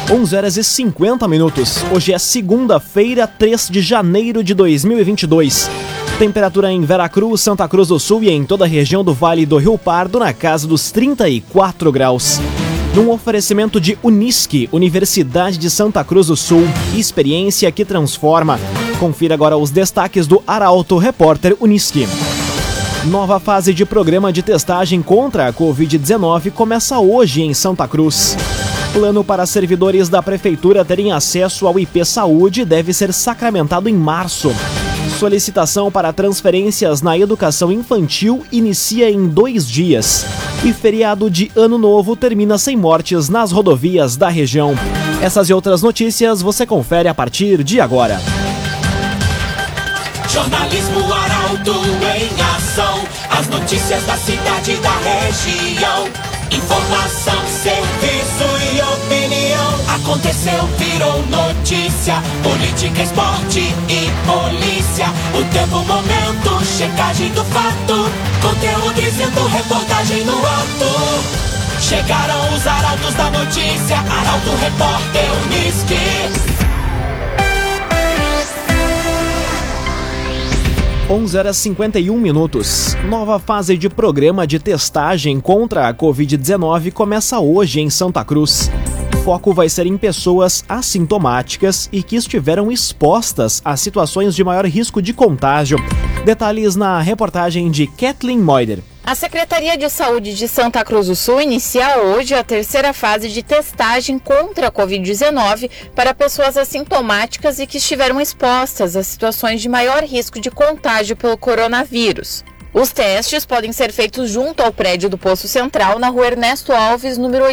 11h50. Hoje é segunda-feira, 3 de janeiro de 2022. Temperatura em Veracruz, Santa Cruz do Sul e em toda a região do Vale do Rio Pardo na casa dos 34 graus. Num oferecimento de Unisque, Universidade de Santa Cruz do Sul, experiência que transforma. Confira agora os destaques do Arauto Repórter Unisque. Nova fase de programa de testagem contra a Covid-19 começa hoje em Santa Cruz. Plano para servidores da Prefeitura terem acesso ao IP Saúde deve ser sacramentado em março. Solicitação para transferências na educação infantil inicia em 2 dias. E feriado de Ano Novo termina sem mortes nas rodovias da região. Essas e outras notícias você confere a partir de agora. Jornalismo Arauto em ação. As notícias da cidade e da região. Informação, serviço e opinião. Aconteceu, virou notícia. Política, esporte e polícia. O tempo, momento, checagem do fato. Conteúdo dizendo, reportagem no ato. Chegaram os arautos da notícia. Arauto Repórter Unisque. 11h51. Nova fase de programa de testagem contra a Covid-19 começa hoje em Santa Cruz. O foco vai ser em pessoas assintomáticas e que estiveram expostas a situações de maior risco de contágio. Detalhes na reportagem de Kathleen Moider. A Secretaria de Saúde de Santa Cruz do Sul inicia hoje a terceira fase de testagem contra a Covid-19 para pessoas assintomáticas e que estiveram expostas a situações de maior risco de contágio pelo coronavírus. Os testes podem ser feitos junto ao prédio do Poço Central, na rua Ernesto Alves, número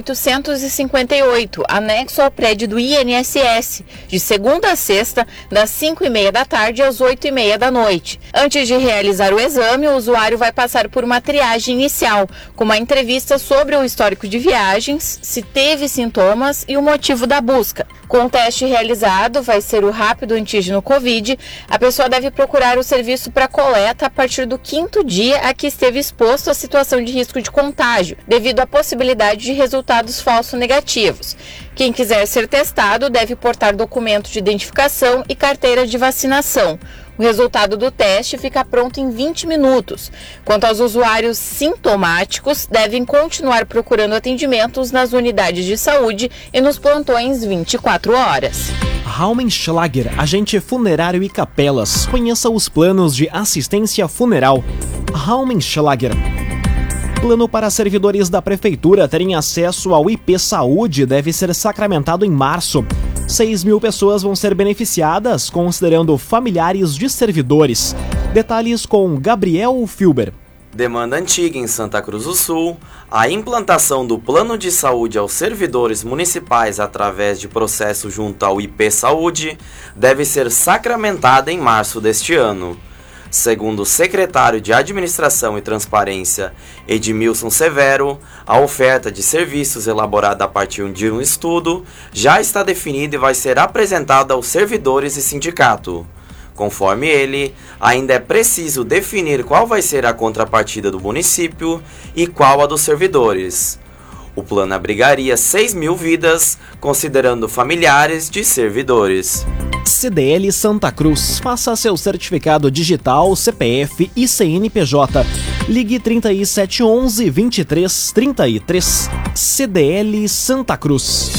858, anexo ao prédio do INSS, de segunda a sexta, das 5h30 da tarde às 8h30 da noite. Antes de realizar o exame, o usuário vai passar por uma triagem inicial, com uma entrevista sobre o histórico de viagens, se teve sintomas e o motivo da busca. Com o teste realizado, vai ser o rápido antígeno Covid, a pessoa deve procurar o serviço para coleta a partir do 5º dia a que esteve exposto à situação de risco de contágio, devido à possibilidade de resultados falsos negativos. Quem quiser ser testado deve portar documento de identificação e carteira de vacinação. O resultado do teste fica pronto em 20 minutos. Quanto aos usuários sintomáticos, devem continuar procurando atendimentos nas unidades de saúde e nos plantões 24 horas. Raumenschlager, agente funerário e capelas. Conheça os planos de assistência funeral. Raumenschlager. Plano para servidores da Prefeitura terem acesso ao IP Saúde deve ser sacramentado em março. 6.000 pessoas vão ser beneficiadas, considerando familiares de servidores. Detalhes com Gabriel Filber. Demanda antiga em Santa Cruz do Sul, a implantação do plano de saúde aos servidores municipais através de processo junto ao IP Saúde deve ser sacramentada em março deste ano. Segundo o secretário de Administração e Transparência, Edmilson Severo, a oferta de serviços elaborada a partir de um estudo já está definida e vai ser apresentada aos servidores e sindicato. Conforme ele, ainda é preciso definir qual vai ser a contrapartida do município e qual a dos servidores. O plano abrigaria 6.000 vidas, considerando familiares de servidores. CDL Santa Cruz. Faça seu certificado digital, CPF e CNPJ. Ligue 3711 2333. CDL Santa Cruz.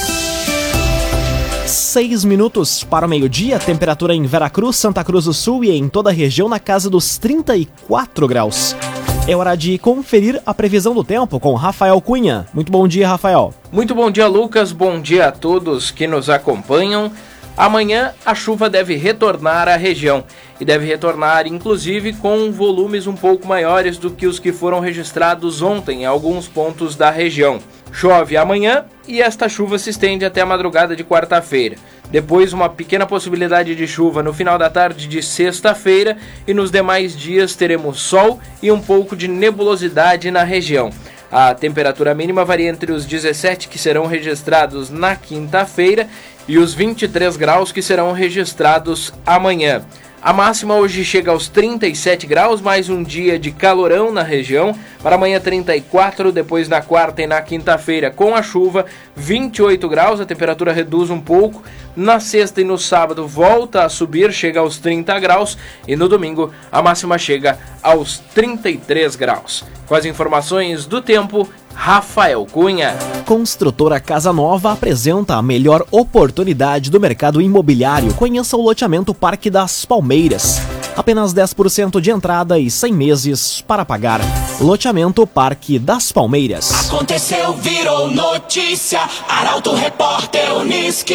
6 minutos para o meio-dia, temperatura em Veracruz, Santa Cruz do Sul e em toda a região na casa dos 34 graus. É hora de conferir a previsão do tempo com Rafael Cunha. Muito bom dia, Rafael. Muito bom dia, Lucas. Bom dia a todos que nos acompanham. Amanhã a chuva deve retornar à região e deve retornar inclusive com volumes um pouco maiores do que os que foram registrados ontem em alguns pontos da região. Chove amanhã e esta chuva se estende até a madrugada de quarta-feira. Depois uma pequena possibilidade de chuva no final da tarde de sexta-feira e nos demais dias teremos sol e um pouco de nebulosidade na região. A temperatura mínima varia entre os 17 que serão registrados na quinta-feira e os 23 graus que serão registrados amanhã. A máxima hoje chega aos 37 graus, mais um dia de calorão na região. Para amanhã 34, depois na quarta e na quinta-feira com a chuva, 28 graus, a temperatura reduz um pouco. Na sexta e no sábado volta a subir, chega aos 30 graus. E no domingo a máxima chega aos 33 graus. Com as informações do tempo, Rafael Cunha. Construtora Casa Nova apresenta a melhor oportunidade do mercado imobiliário. Conheça o loteamento Parque das Palmeiras. Apenas 10% de entrada e 100 meses para pagar. Loteamento Parque das Palmeiras. Aconteceu, virou notícia. Arauto Repórter Unisque.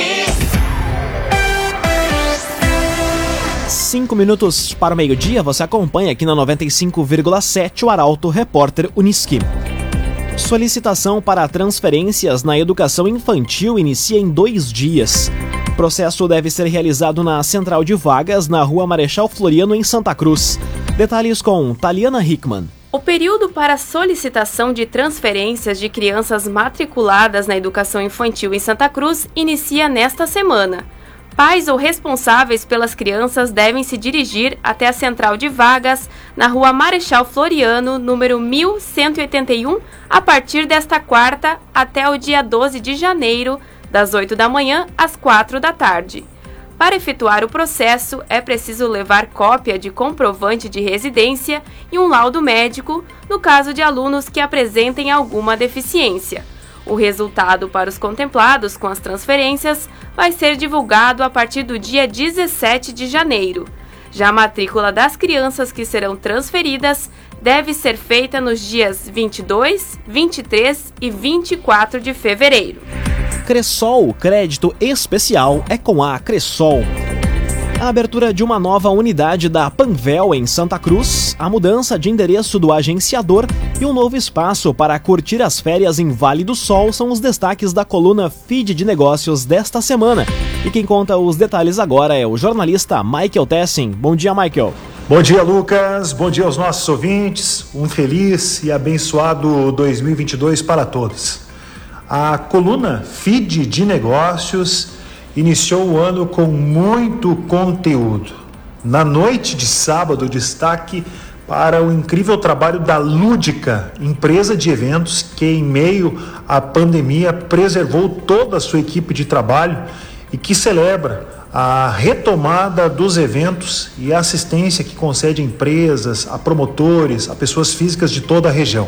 5 minutos para o meio-dia, você acompanha aqui na 95,7 o Arauto Repórter Unisque. Solicitação para transferências na educação infantil inicia em 2 dias. O processo deve ser realizado na Central de Vagas, na Rua Marechal Floriano, em Santa Cruz. Detalhes com Taliana Hickman. O período para solicitação de transferências de crianças matriculadas na educação infantil em Santa Cruz inicia nesta semana. Pais ou responsáveis pelas crianças devem se dirigir até a Central de Vagas, na Rua Marechal Floriano, número 1181, a partir desta quarta até o dia 12 de janeiro, das 8 da manhã às 4 da tarde. Para efetuar o processo, é preciso levar cópia de comprovante de residência e um laudo médico, no caso de alunos que apresentem alguma deficiência. O resultado para os contemplados com as transferências vai ser divulgado a partir do dia 17 de janeiro. Já a matrícula das crianças que serão transferidas deve ser feita nos dias 22, 23 e 24 de fevereiro. Cressol, crédito especial é com a Cressol. A abertura de uma nova unidade da Panvel em Santa Cruz, a mudança de endereço do agenciador e um novo espaço para curtir as férias em Vale do Sol são os destaques da coluna Feed de Negócios desta semana. E quem conta os detalhes agora é o jornalista Michael Tessin. Bom dia, Michael. Bom dia, Lucas. Bom dia aos nossos ouvintes. Um feliz e abençoado 2022 para todos. A coluna Feed de Negócios iniciou o ano com muito conteúdo. Na noite de sábado, destaque para o incrível trabalho da Lúdica, empresa de eventos que, em meio à pandemia, preservou toda a sua equipe de trabalho e que celebra a retomada dos eventos e a assistência que concede a empresas, a promotores, a pessoas físicas de toda a região.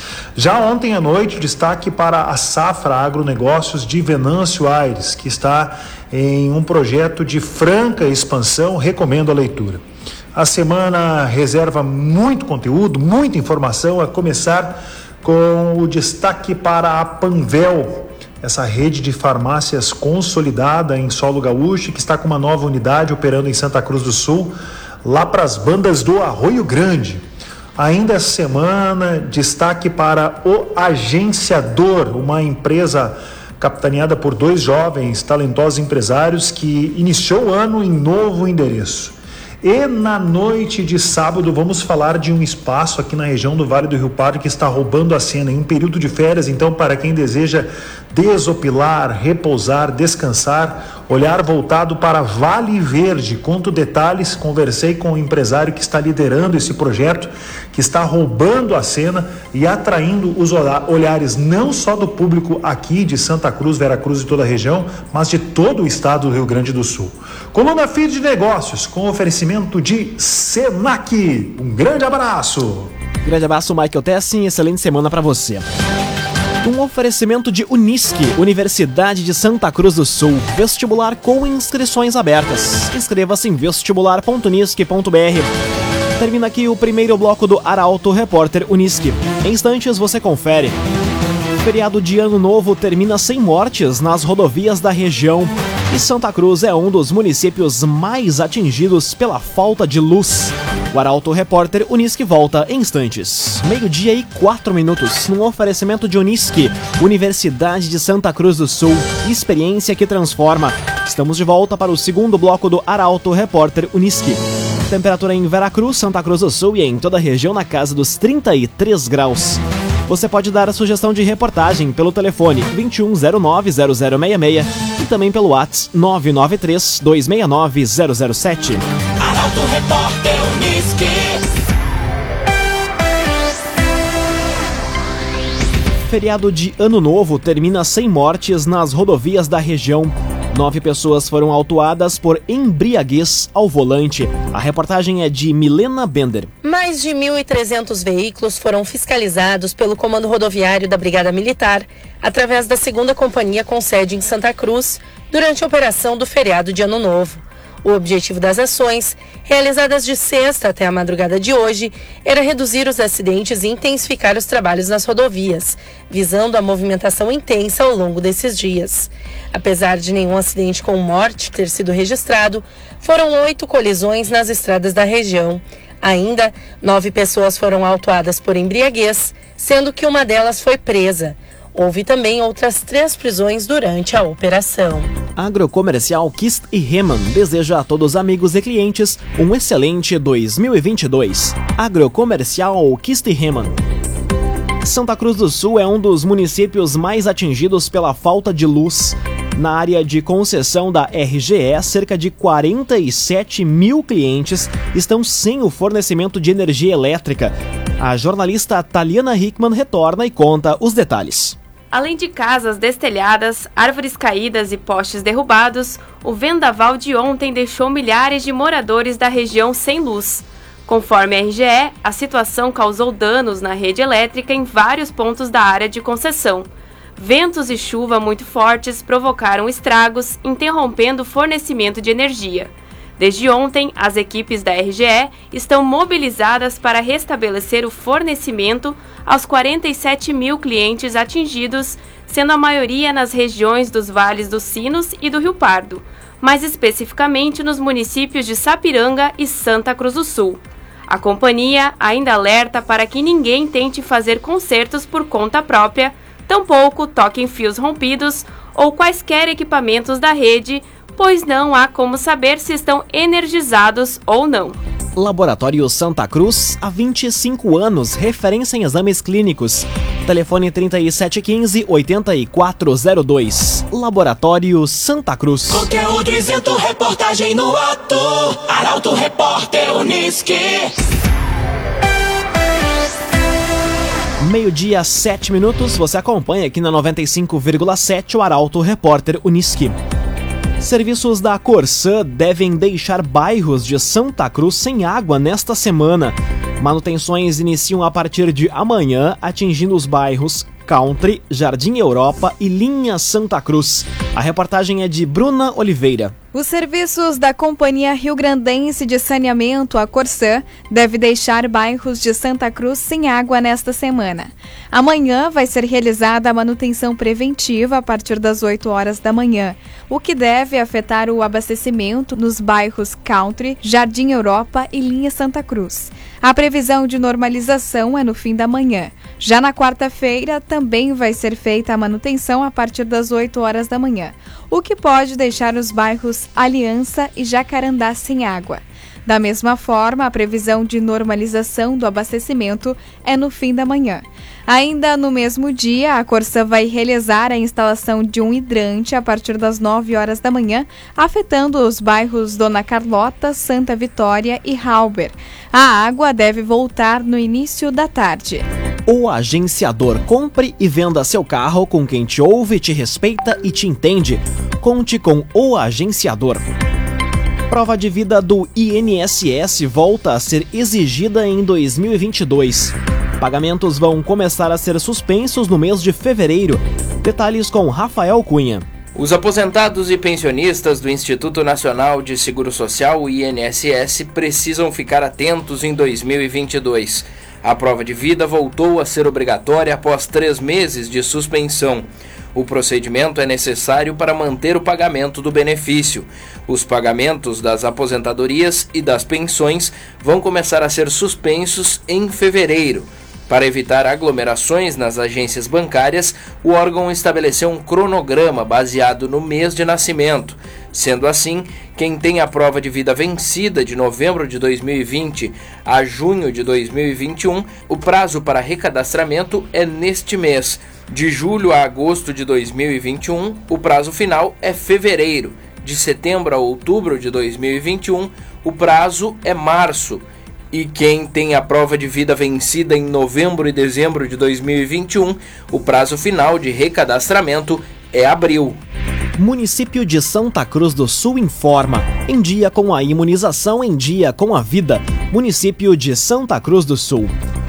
Já ontem à noite, destaque para a Safra Agronegócios de Venâncio Aires, que está em um projeto de franca expansão, recomendo a leitura. A semana reserva muito conteúdo, muita informação, a começar com o destaque para a Panvel, essa rede de farmácias consolidada em solo gaúcho, que está com uma nova unidade operando em Santa Cruz do Sul, lá para as bandas do Arroio Grande. Ainda essa semana, destaque para o Agenciador, uma empresa capitaneada por 2 jovens talentosos empresários que iniciou o ano em novo endereço. E na noite de sábado vamos falar de um espaço aqui na região do Vale do Rio Pardo que está roubando a cena em um período de férias. Então, para quem deseja desopilar, repousar, descansar, olhar voltado para Vale Verde. Conto detalhes, conversei com o empresário que está liderando esse projeto, que está roubando a cena e atraindo os olhares não só do público aqui de Santa Cruz, Veracruz e toda a região, mas de todo o estado do Rio Grande do Sul. Coluna Feed de Negócios, com oferecimento de Senac. Um grande abraço! Grande abraço, Michael Tessin. Excelente semana para você. Um oferecimento de Unisque, Universidade de Santa Cruz do Sul. Vestibular com inscrições abertas. Inscreva-se em vestibular.unisque.br. Termina aqui o primeiro bloco do Arauto Repórter Unisque. Em instantes você confere. O feriado de Ano Novo termina sem mortes nas rodovias da região. E Santa Cruz é um dos municípios mais atingidos pela falta de luz. O Arauto Repórter Unisque volta em instantes. 12:04, num oferecimento de Unisque, Universidade de Santa Cruz do Sul, experiência que transforma. Estamos de volta para o segundo bloco do Arauto Repórter Unisque. Temperatura em Veracruz, Santa Cruz do Sul e em toda a região na casa dos 33 graus. Você pode dar a sugestão de reportagem pelo telefone 2109-0066 e também pelo WhatsApp 993-269-007. Arauto Repórter Unisque. Feriado de Ano Novo termina sem mortes nas rodovias da região. 9 pessoas foram autuadas por embriaguez ao volante. A reportagem é de Milena Bender. Mais de 1.300 veículos foram fiscalizados pelo Comando Rodoviário da Brigada Militar, através da 2ª Companhia com sede em Santa Cruz, durante a operação do feriado de Ano Novo. O objetivo das ações, realizadas de sexta até a madrugada de hoje, era reduzir os acidentes e intensificar os trabalhos nas rodovias, visando a movimentação intensa ao longo desses dias. Apesar de nenhum acidente com morte ter sido registrado, foram 8 colisões nas estradas da região. Ainda, 9 pessoas foram autuadas por embriaguez, sendo que uma delas foi presa. Houve também outras 3 prisões durante a operação. Agrocomercial Kist e Hemann deseja a todos os amigos e clientes um excelente 2022. Agrocomercial Kist e Hemann. Santa Cruz do Sul é um dos municípios mais atingidos pela falta de luz. Na área de concessão da RGE, cerca de 47 mil clientes estão sem o fornecimento de energia elétrica. A jornalista Taliana Hickman retorna e conta os detalhes. Além de casas destelhadas, árvores caídas e postes derrubados, o vendaval de ontem deixou milhares de moradores da região sem luz. Conforme a RGE, a situação causou danos na rede elétrica em vários pontos da área de concessão. Ventos e chuva muito fortes provocaram estragos, interrompendo o fornecimento de energia. Desde ontem, as equipes da RGE estão mobilizadas para restabelecer o fornecimento aos 47 mil clientes atingidos, sendo a maioria nas regiões dos vales dos Sinos e do Rio Pardo, mais especificamente nos municípios de Sapiranga e Santa Cruz do Sul. A companhia ainda alerta para que ninguém tente fazer consertos por conta própria, tampouco toquem fios rompidos ou quaisquer equipamentos da rede, pois não há como saber se estão energizados ou não. Laboratório Santa Cruz, há 25 anos, referência em exames clínicos. Telefone 3715-8402. Laboratório Santa Cruz. Conteúdo isento, reportagem no ato. Arauto Repórter Unisque. Meio-dia, 7 minutos. Você acompanha aqui na 95,7 o Arauto Repórter Unisque. Serviços da Corsã devem deixar bairros de Santa Cruz sem água nesta semana. Manutenções iniciam a partir de amanhã, atingindo os bairros Country, Jardim Europa e Linha Santa Cruz. A reportagem é de Bruna Oliveira. Os serviços da Companhia Rio-Grandense de Saneamento, a Corsã, deve deixar bairros de Santa Cruz sem água nesta semana. Amanhã vai ser realizada a manutenção preventiva a partir das 8 horas da manhã, o que deve afetar o abastecimento nos bairros Country, Jardim Europa e Linha Santa Cruz. A previsão de normalização é no fim da manhã. Já na quarta-feira, também vai ser feita a manutenção a partir das 8 horas da manhã, o que pode deixar os bairros Aliança e Jacarandá sem água. Da mesma forma, a previsão de normalização do abastecimento é no fim da manhã. Ainda no mesmo dia, a Corsã vai realizar a instalação de um hidrante a partir das 9 horas da manhã, afetando os bairros Dona Carlota, Santa Vitória e Halber. A água deve voltar no início da tarde. O agenciador. Compre e venda seu carro com quem te ouve, te respeita e te entende. Conte com o agenciador. Prova de vida do INSS volta a ser exigida em 2022. Pagamentos vão começar a ser suspensos no mês de fevereiro. Detalhes com Rafael Cunha. Os aposentados e pensionistas do Instituto Nacional de Seguro Social, o INSS, precisam ficar atentos em 2022. A prova de vida voltou a ser obrigatória após 3 meses de suspensão. O procedimento é necessário para manter o pagamento do benefício. Os pagamentos das aposentadorias e das pensões vão começar a ser suspensos em fevereiro. Para evitar aglomerações nas agências bancárias, o órgão estabeleceu um cronograma baseado no mês de nascimento. Sendo assim, quem tem a prova de vida vencida de novembro de 2020 a junho de 2021, o prazo para recadastramento é neste mês. De julho a agosto de 2021, o prazo final é fevereiro. de setembro a outubro de 2021, o prazo é março. E quem tem a prova de vida vencida em novembro e dezembro de 2021, o prazo final de recadastramento é abril. Município de Santa Cruz do Sul informa: em dia com a imunização, em dia com a vida. Município de Santa Cruz do Sul.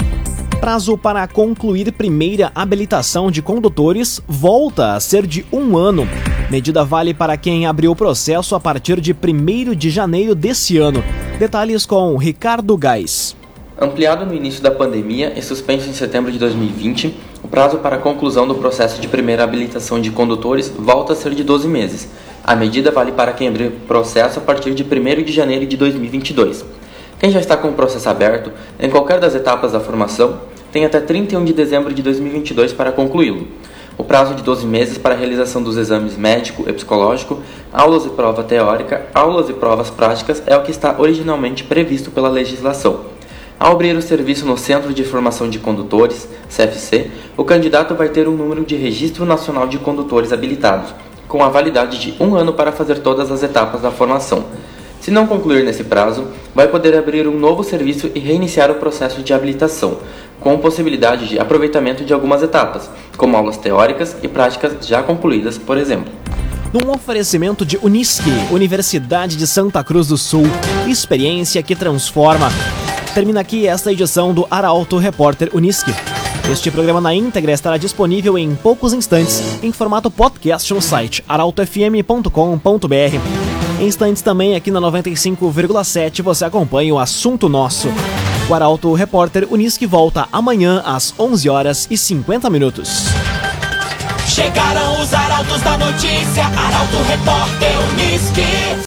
Prazo para concluir primeira habilitação de condutores volta a ser de 1 ano. Medida vale para quem abriu o processo a partir de 1º de janeiro desse ano. Detalhes com Ricardo Gás. Ampliado no início da pandemia e suspenso em setembro de 2020, o prazo para a conclusão do processo de primeira habilitação de condutores volta a ser de 12 meses. A medida vale para quem abriu o processo a partir de 1º de janeiro de 2022. Quem já está com o processo aberto, em qualquer das etapas da formação, tem até 31 de dezembro de 2022 para concluí-lo. O prazo de 12 meses para a realização dos exames médico e psicológico, aulas e prova teórica, aulas e provas práticas é o que está originalmente previsto pela legislação. Ao abrir o serviço no Centro de Formação de Condutores, CFC, o candidato vai ter um número de Registro Nacional de Condutores habilitados, com a validade de 1 ano para fazer todas as etapas da formação. Se não concluir nesse prazo, vai poder abrir um novo serviço e reiniciar o processo de habilitação, com possibilidade de aproveitamento de algumas etapas, como aulas teóricas e práticas já concluídas, por exemplo. Num oferecimento de Unisque, Universidade de Santa Cruz do Sul, experiência que transforma. Termina aqui esta edição do Arauto Repórter Unisque. Este programa na íntegra estará disponível em poucos instantes, em formato podcast no site arautofm.com.br. Em instantes também aqui na 95,7 você acompanha o Assunto Nosso. O Arauto Repórter Unisque volta amanhã às 11h50. Chegaram os arautos da notícia, Arauto Repórter Unisque.